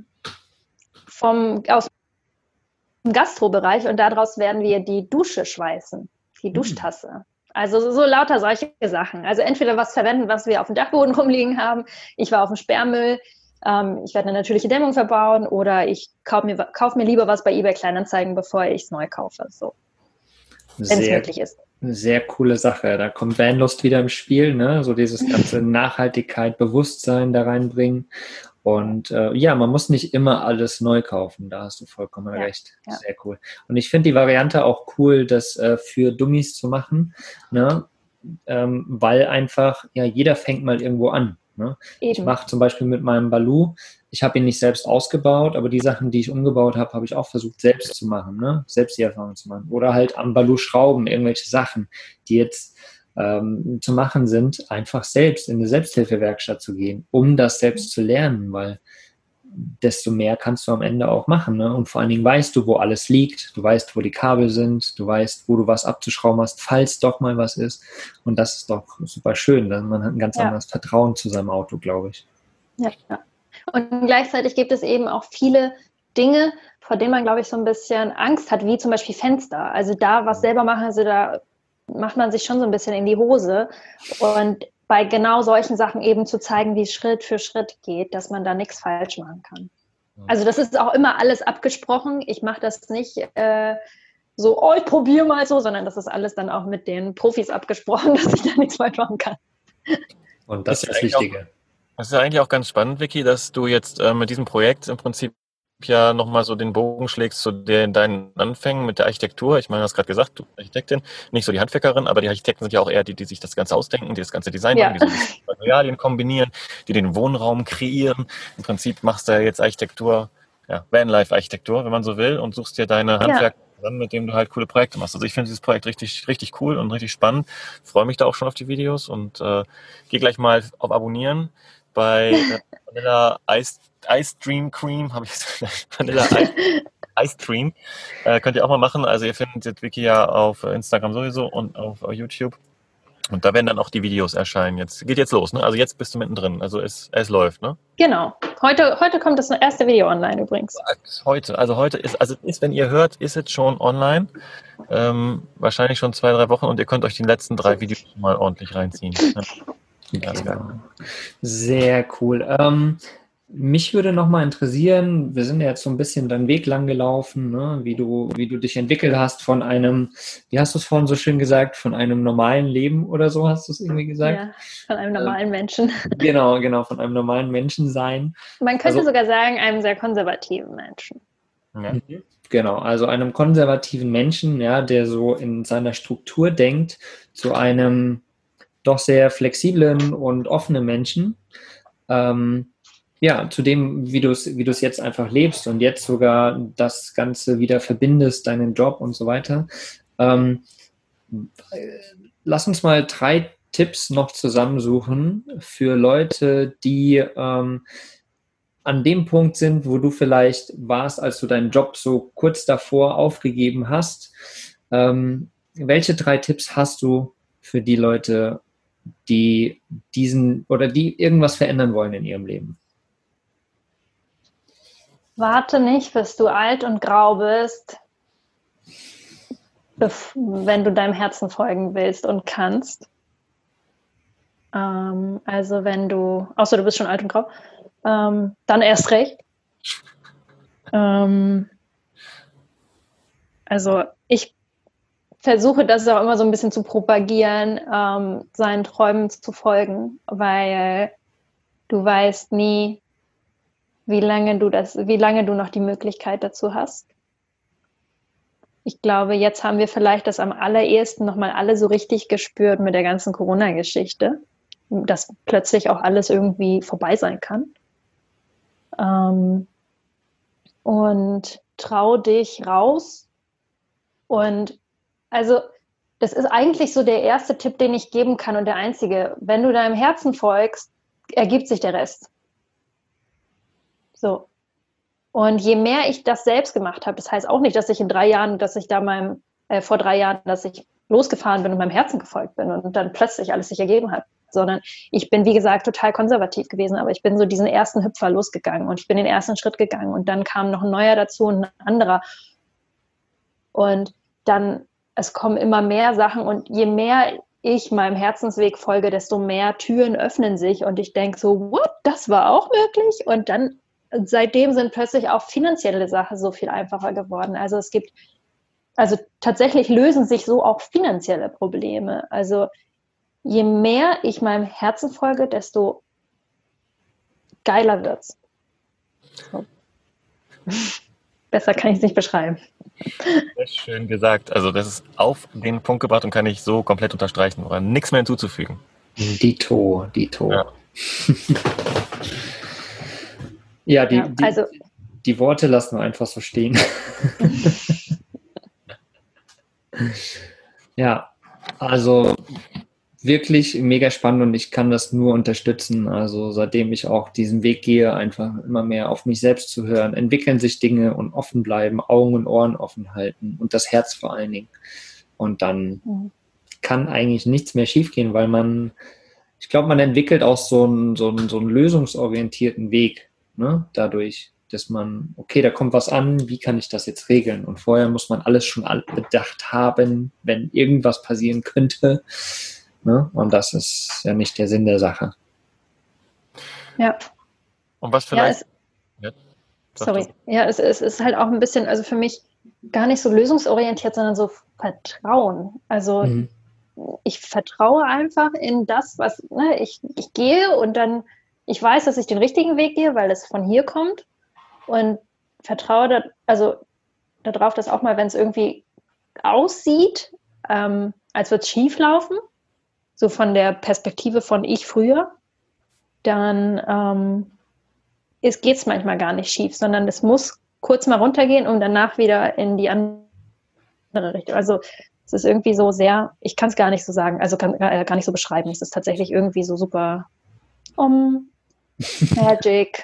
vom, aus dem Gastrobereich und daraus werden wir die Dusche schweißen, die Duschtasse. Also so, so lauter solche Sachen. Also entweder was verwenden, was wir auf dem Dachboden rumliegen haben. Ich war auf dem Sperrmüll. Ähm, ich werde eine natürliche Dämmung verbauen oder ich kaufe mir, kauf mir lieber was bei eBay Kleinanzeigen, bevor ich es neu kaufe. So, wenn es möglich ist. Eine sehr coole Sache. Da kommt Vanlust wieder im Spiel, ne? So dieses ganze Nachhaltigkeit, Bewusstsein da reinbringen. Und äh, ja, man muss nicht immer alles neu kaufen. Da hast du vollkommen ja, recht. Ja. Sehr cool. Und ich finde die Variante auch cool, das äh, für Dummies zu machen, ne? Ähm, weil einfach, ja, jeder fängt mal irgendwo an. Ne? Ich mache zum Beispiel mit meinem Baloo, ich habe ihn nicht selbst ausgebaut, aber die Sachen, die ich umgebaut habe, habe ich auch versucht selbst zu machen, ne? Selbst die Erfahrung zu machen. Oder halt am Baloo schrauben, irgendwelche Sachen, die jetzt ähm, zu machen sind, einfach selbst in eine Selbsthilfewerkstatt zu gehen, um das selbst zu lernen, weil desto mehr kannst du am Ende auch machen. Ne? Und vor allen Dingen weißt du, wo alles liegt, du weißt, wo die Kabel sind, du weißt, wo du was abzuschrauben hast, falls doch mal was ist. Und das ist doch super schön. Denn man hat ein ganz ja. anderes Vertrauen zu seinem Auto, glaube ich. Ja, ja. Und gleichzeitig gibt es eben auch viele Dinge, vor denen man, glaube ich, so ein bisschen Angst hat, wie zum Beispiel Fenster. Also da was selber machen, also da macht man sich schon so ein bisschen in die Hose. Und bei genau solchen Sachen eben zu zeigen, wie es Schritt für Schritt geht, dass man da nichts falsch machen kann. Also das ist auch immer alles abgesprochen. Ich mache das nicht äh, so, oh, ich probiere mal so, sondern das ist alles dann auch mit den Profis abgesprochen, dass ich da nichts falsch machen kann. Und das ist das Wichtige. Auch, das ist ja eigentlich auch ganz spannend, Vicky, dass du jetzt äh, mit diesem Projekt im Prinzip ja nochmal so den Bogen schlägst zu den, deinen Anfängen mit der Architektur. Ich meine, du hast gerade gesagt, du bist Architektin, nicht so die Handwerkerin, aber die Architekten sind ja auch eher die, die sich das Ganze ausdenken, die das ganze Design Ja. machen, die so die Materialien kombinieren, die den Wohnraum kreieren. Im Prinzip machst du ja jetzt Architektur, ja, Vanlife-Architektur, wenn man so will, und suchst dir deine Handwerker zusammen, mit denen du halt coole Projekte machst. Also ich finde dieses Projekt richtig, richtig cool und richtig spannend. Freue mich da auch schon auf die Videos und äh, gehe gleich mal auf Abonnieren bei äh, Vanilla Ice, Ice Dream Cream, habe ich Vanilla Ice, Ice Cream. Äh, könnt ihr auch mal machen. Also ihr findet Vicky ja auf Instagram sowieso und auf YouTube. Und da werden dann auch die Videos erscheinen. Jetzt geht jetzt los, ne? Also jetzt bist du mittendrin. Also es, es läuft, ne? Genau. Heute, heute kommt das erste Video online übrigens. Heute, also heute ist, also ist, wenn ihr hört, ist es schon online. Ähm, wahrscheinlich schon zwei, drei Wochen und ihr könnt euch die letzten drei Videos mal ordentlich reinziehen. Ja. Genau. Sehr cool. Ähm, mich würde noch mal interessieren, wir sind ja jetzt so ein bisschen deinen Weg lang gelaufen, ne? wie du, wie du dich entwickelt hast von einem, wie hast du es vorhin so schön gesagt, von einem normalen Leben oder so hast du es irgendwie gesagt? Ja, von einem normalen Menschen. Genau, genau, von einem normalen Menschen sein. Man könnte Also- sogar sagen, einem sehr konservativen Menschen. Ja. Genau, also einem konservativen Menschen, ja, der so in seiner Struktur denkt, zu einem doch sehr flexiblen und offenen Menschen. Ähm, ja, zu dem, wie du es wie du es jetzt einfach lebst und jetzt sogar das Ganze wieder verbindest, deinen Job und so weiter. Ähm, lass uns mal drei Tipps noch zusammensuchen für Leute, die ähm, an dem Punkt sind, wo du vielleicht warst, als du deinen Job so kurz davor aufgegeben hast. Ähm, welche drei Tipps hast du für die Leute, die diesen oder die irgendwas verändern wollen in ihrem Leben? Warte nicht, bis du alt und grau bist, bef- wenn du deinem Herzen folgen willst und kannst. Ähm, also wenn du, außer du bist schon alt und grau, ähm, dann erst recht. Ähm, also ich versuche das auch immer so ein bisschen zu propagieren, ähm, seinen Träumen zu folgen, weil du weißt nie, wie lange du das, wie lange du noch die Möglichkeit dazu hast. Ich glaube, jetzt haben wir vielleicht das am allerersten nochmal alle so richtig gespürt mit der ganzen Corona-Geschichte, dass plötzlich auch alles irgendwie vorbei sein kann. Ähm, und trau dich raus. Und also, das ist eigentlich so der erste Tipp, den ich geben kann und der einzige. Wenn du deinem Herzen folgst, ergibt sich der Rest. So. Und je mehr ich das selbst gemacht habe, das heißt auch nicht, dass ich in drei Jahren, dass ich da meinem, äh, vor drei Jahren, dass ich losgefahren bin und meinem Herzen gefolgt bin und dann plötzlich alles sich ergeben hat, sondern ich bin, wie gesagt, total konservativ gewesen, aber ich bin so diesen ersten Hüpfer losgegangen und ich bin den ersten Schritt gegangen und dann kam noch ein neuer dazu und ein anderer. Und dann, es kommen immer mehr Sachen und je mehr ich meinem Herzensweg folge, desto mehr Türen öffnen sich und ich denke so, what, das war auch möglich? Und dann seitdem sind plötzlich auch finanzielle Sachen so viel einfacher geworden. Also es gibt, also tatsächlich lösen sich so auch finanzielle Probleme. Also je mehr ich meinem Herzen folge, desto geiler wird's. So. Besser kann ich es nicht beschreiben. Sehr schön gesagt. Also das ist auf den Punkt gebracht und kann ich so komplett unterstreichen oder nichts mehr hinzuzufügen. Dito, Dito. Ja. Ja, die, Ja, also, die, die Worte lassen wir einfach so stehen. Ja, also wirklich mega spannend und ich kann das nur unterstützen. Also seitdem ich auch diesen Weg gehe, einfach immer mehr auf mich selbst zu hören, entwickeln sich Dinge und offen bleiben, Augen und Ohren offen halten und das Herz vor allen Dingen. Und dann mhm. kann eigentlich nichts mehr schiefgehen, weil man, ich glaube, man entwickelt auch so einen, so einen, so einen lösungsorientierten Weg, ne? Dadurch, dass man, okay, da kommt was an, wie kann ich das jetzt regeln? Und vorher muss man alles schon bedacht haben, wenn irgendwas passieren könnte. Ne? Und das ist ja nicht der Sinn der Sache. Ja. Und was vielleicht... Ja, es, ja, sag sorry. du. Ja, es, es ist halt auch ein bisschen, also für mich gar nicht so lösungsorientiert, sondern so Vertrauen. Also Mhm. ich vertraue einfach in das, was, ne, ich, ich gehe und dann, ich weiß, dass ich den richtigen Weg gehe, weil es von hier kommt. Und vertraue da, also darauf, dass auch mal, wenn es irgendwie aussieht, ähm, als würde es schief laufen, so von der Perspektive von ich früher, dann ähm, geht es manchmal gar nicht schief, sondern es muss kurz mal runtergehen und danach wieder in die andere Richtung. Also es ist irgendwie so sehr, ich kann es gar nicht so sagen, also kann, äh, gar nicht so beschreiben. Es ist tatsächlich irgendwie so super um, Magic.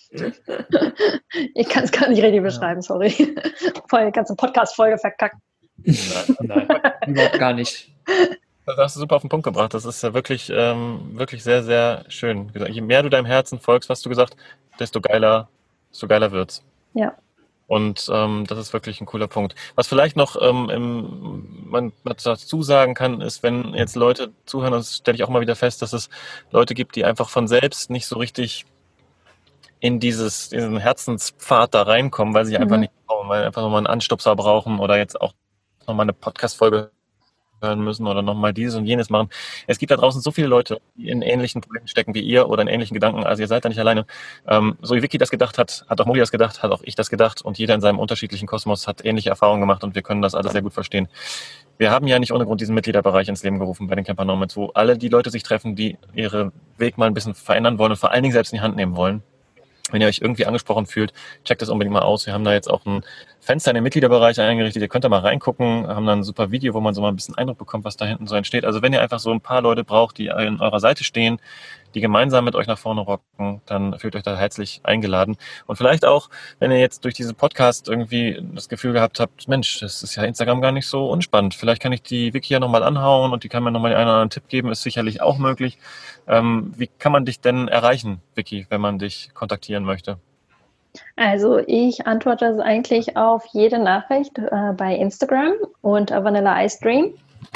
Ich kann es gar nicht richtig beschreiben, sorry. Voll die ganze Podcast-Folge verkackt. Nein, überhaupt gar nicht. Das hast du super auf den Punkt gebracht. Das ist ja wirklich, ähm, wirklich sehr, sehr schön. Je mehr du deinem Herzen folgst, was du gesagt, desto geiler, desto geiler wird's. Ja. Und ähm, das ist wirklich ein cooler Punkt. Was vielleicht noch ähm, im, man dazu sagen kann, ist, wenn jetzt Leute zuhören, das stelle ich auch mal wieder fest, dass es Leute gibt, die einfach von selbst nicht so richtig in dieses, diesen Herzenspfad da reinkommen, weil sie mhm. einfach nicht brauchen, weil einfach nochmal einen Anstupser brauchen oder jetzt auch nochmal eine Podcast-Folge hören müssen oder nochmal dieses und jenes machen. Es gibt da draußen so viele Leute, die in ähnlichen Projekten stecken wie ihr oder in ähnlichen Gedanken. Also ihr seid da nicht alleine. Ähm, so wie Vicky das gedacht hat, hat auch Mogli das gedacht, hat auch ich das gedacht und jeder in seinem unterschiedlichen Kosmos hat ähnliche Erfahrungen gemacht und wir können das alles sehr gut verstehen. Wir haben ja nicht ohne Grund diesen Mitgliederbereich ins Leben gerufen bei den Camper Nomads, wo alle die Leute sich treffen, die ihren Weg mal ein bisschen verändern wollen und vor allen Dingen selbst in die Hand nehmen wollen. Wenn ihr euch irgendwie angesprochen fühlt, checkt das unbedingt mal aus. Wir haben da jetzt auch ein Fenster in den Mitgliederbereich eingerichtet. Ihr könnt da mal reingucken, haben da ein super Video, wo man so mal ein bisschen Eindruck bekommt, was da hinten so entsteht. Also wenn ihr einfach so ein paar Leute braucht, die an eurer Seite stehen, die gemeinsam mit euch nach vorne rocken, dann fühlt euch da herzlich eingeladen. Und vielleicht auch, wenn ihr jetzt durch diesen Podcast irgendwie das Gefühl gehabt habt, Mensch, das ist ja Instagram gar nicht so unspannend. Vielleicht kann ich die Vicky ja nochmal anhauen und die kann mir nochmal einen oder anderen Tipp geben, ist sicherlich auch möglich. Ähm, wie kann man dich denn erreichen, Vicky, wenn man dich kontaktieren möchte? Also ich antworte eigentlich auf jede Nachricht äh, bei Instagram und äh, Vanilla Ice Dream.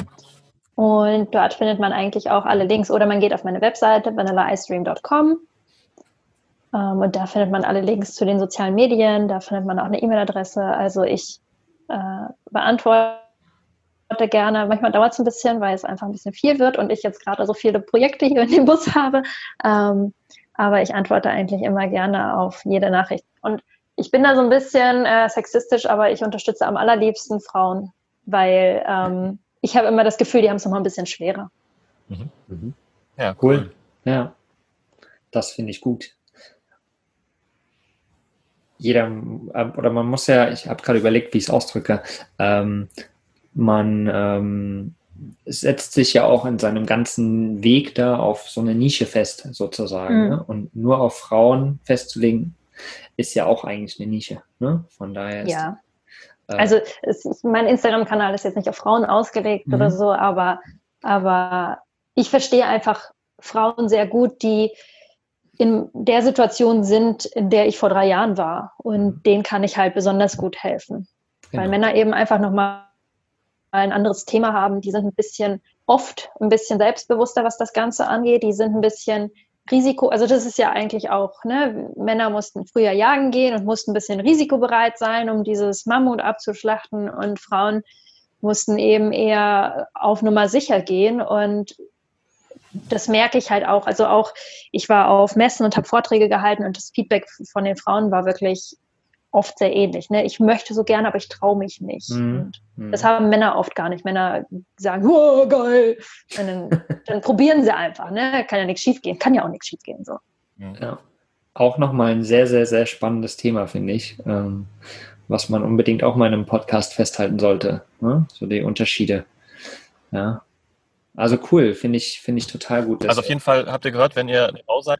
Und dort findet man eigentlich auch alle Links. Oder man geht auf meine Webseite vanilla ice dream dot com ähm, und da findet man alle Links zu den sozialen Medien. Da findet man auch eine E-Mail-Adresse. Also ich äh, beantworte gerne. Manchmal dauert es ein bisschen, weil es einfach ein bisschen viel wird und ich jetzt gerade so viele Projekte hier in dem Bus habe. Ähm, aber ich antworte eigentlich immer gerne auf jede Nachricht. Und ich bin da so ein bisschen äh, sexistisch, aber ich unterstütze am allerliebsten Frauen, weil ähm, ich habe immer das Gefühl, die haben es noch mal ein bisschen schwerer. Mhm. Mhm. Ja, cool. Ja, das finde ich gut. Jeder, oder man muss ja, ich habe gerade überlegt, wie ich es ausdrücke, ähm, man ähm, setzt sich ja auch in seinem ganzen Weg da auf so eine Nische fest, sozusagen. Mhm. Ne? Und nur auf Frauen festzulegen, ist ja auch eigentlich eine Nische. Ne? Von daher ist ja. Also es, mein Instagram-Kanal ist jetzt nicht auf Frauen ausgelegt mhm. oder so, aber, aber ich verstehe einfach Frauen sehr gut, die in der Situation sind, in der ich vor drei Jahren war. Und mhm. denen kann ich halt besonders gut helfen. Genau. Weil Männer eben einfach nochmal ein anderes Thema haben. Die sind ein bisschen oft ein bisschen selbstbewusster, was das Ganze angeht. Die sind ein bisschen Risiko, also das ist ja eigentlich auch, ne, Männer mussten früher jagen gehen und mussten ein bisschen risikobereit sein, um dieses Mammut abzuschlachten und Frauen mussten eben eher auf Nummer sicher gehen und das merke ich halt auch, also auch, ich war auf Messen und habe Vorträge gehalten und das Feedback von den Frauen war wirklich oft sehr ähnlich, ne? Ich möchte so gerne, aber ich traue mich nicht. Mhm. Und das haben Männer oft gar nicht. Männer sagen, oh, geil. Und dann, dann probieren sie einfach, ne? Kann ja nichts schief gehen. Kann ja auch nichts schief gehen. So. Ja. Auch nochmal ein sehr, sehr, sehr spannendes Thema, finde ich, ähm, was man unbedingt auch mal in einem Podcast festhalten sollte. Ne? So die Unterschiede. Ja. Also cool, finde ich, finde ich total gut. Also auf jeden Fall habt ihr gehört, wenn ihr eine Frau seid.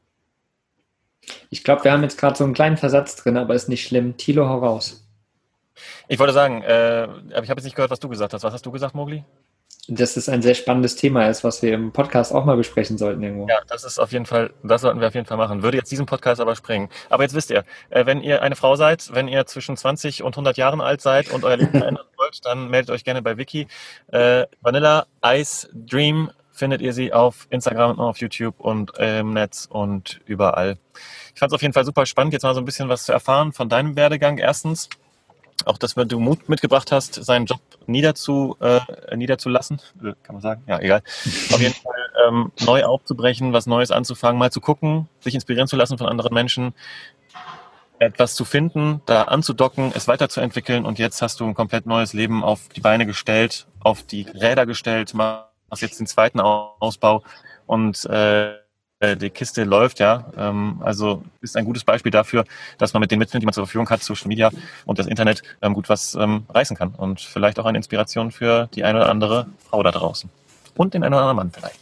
Ich glaube, wir haben jetzt gerade so einen kleinen Versatz drin, aber ist nicht schlimm. Thilo, hau raus. Ich wollte sagen, äh, aber ich habe jetzt nicht gehört, was du gesagt hast. Was hast du gesagt, Mogli? Dass es ein sehr spannendes Thema ist, was wir im Podcast auch mal besprechen sollten irgendwo. Ja, das ist auf jeden Fall, das sollten wir auf jeden Fall machen. Würde jetzt diesen Podcast aber sprengen. Aber jetzt wisst ihr, äh, wenn ihr eine Frau seid, wenn ihr zwischen zwanzig und hundert Jahren alt seid und euer Leben verändern wollt, dann meldet euch gerne bei Vicky. Äh, Vanilla Ice Dream findet ihr sie auf Instagram und auf YouTube und im Netz und überall. Ich fand es auf jeden Fall super spannend, jetzt mal so ein bisschen was zu erfahren von deinem Werdegang. Erstens, auch dass du Mut mitgebracht hast, seinen Job niederzu, äh, niederzulassen, kann man sagen? Ja, egal. Auf jeden Fall ähm, neu aufzubrechen, was Neues anzufangen, mal zu gucken, sich inspirieren zu lassen von anderen Menschen. etwas zu finden, da anzudocken, es weiterzuentwickeln und jetzt hast du ein komplett neues Leben auf die Beine gestellt, auf die Räder gestellt, machst jetzt den zweiten Ausbau und äh, die Kiste läuft, ja. Ähm, also ist ein gutes Beispiel dafür, dass man mit den Mitteln, die man zur Verfügung hat, Social Media und das Internet, ähm, gut was ähm, reißen kann und vielleicht auch eine Inspiration für die eine oder andere Frau da draußen und den einen oder anderen Mann vielleicht.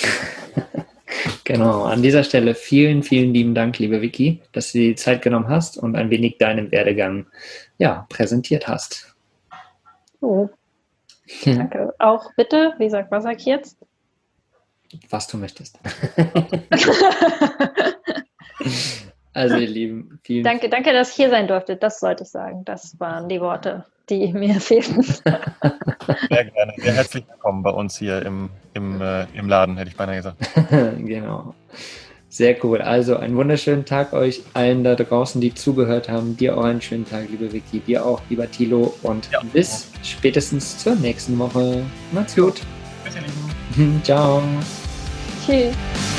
Genau, an dieser Stelle vielen, vielen lieben Dank, liebe Vicky, dass du dir die Zeit genommen hast und ein wenig deinen Werdegang ja, präsentiert hast. Oh. Danke. Auch bitte, wie sagt, was sag ich jetzt? Was du möchtest. Also ihr Lieben, vielen Danke, danke, dass ich hier sein durfte. Das sollte ich sagen. Das waren die Worte, die mir fehlten. Sehr gerne. Sehr herzlich willkommen bei uns hier im, im, äh, im Laden, hätte ich beinahe gesagt. Genau. Sehr cool. Also einen wunderschönen Tag euch allen da draußen, die zugehört haben. Dir auch einen schönen Tag, liebe Vicky. Dir auch, lieber Thilo. Und ja, bis spätestens zur nächsten Woche. Macht's gut. Bis ihr Lieben. Ciao. Tschüss.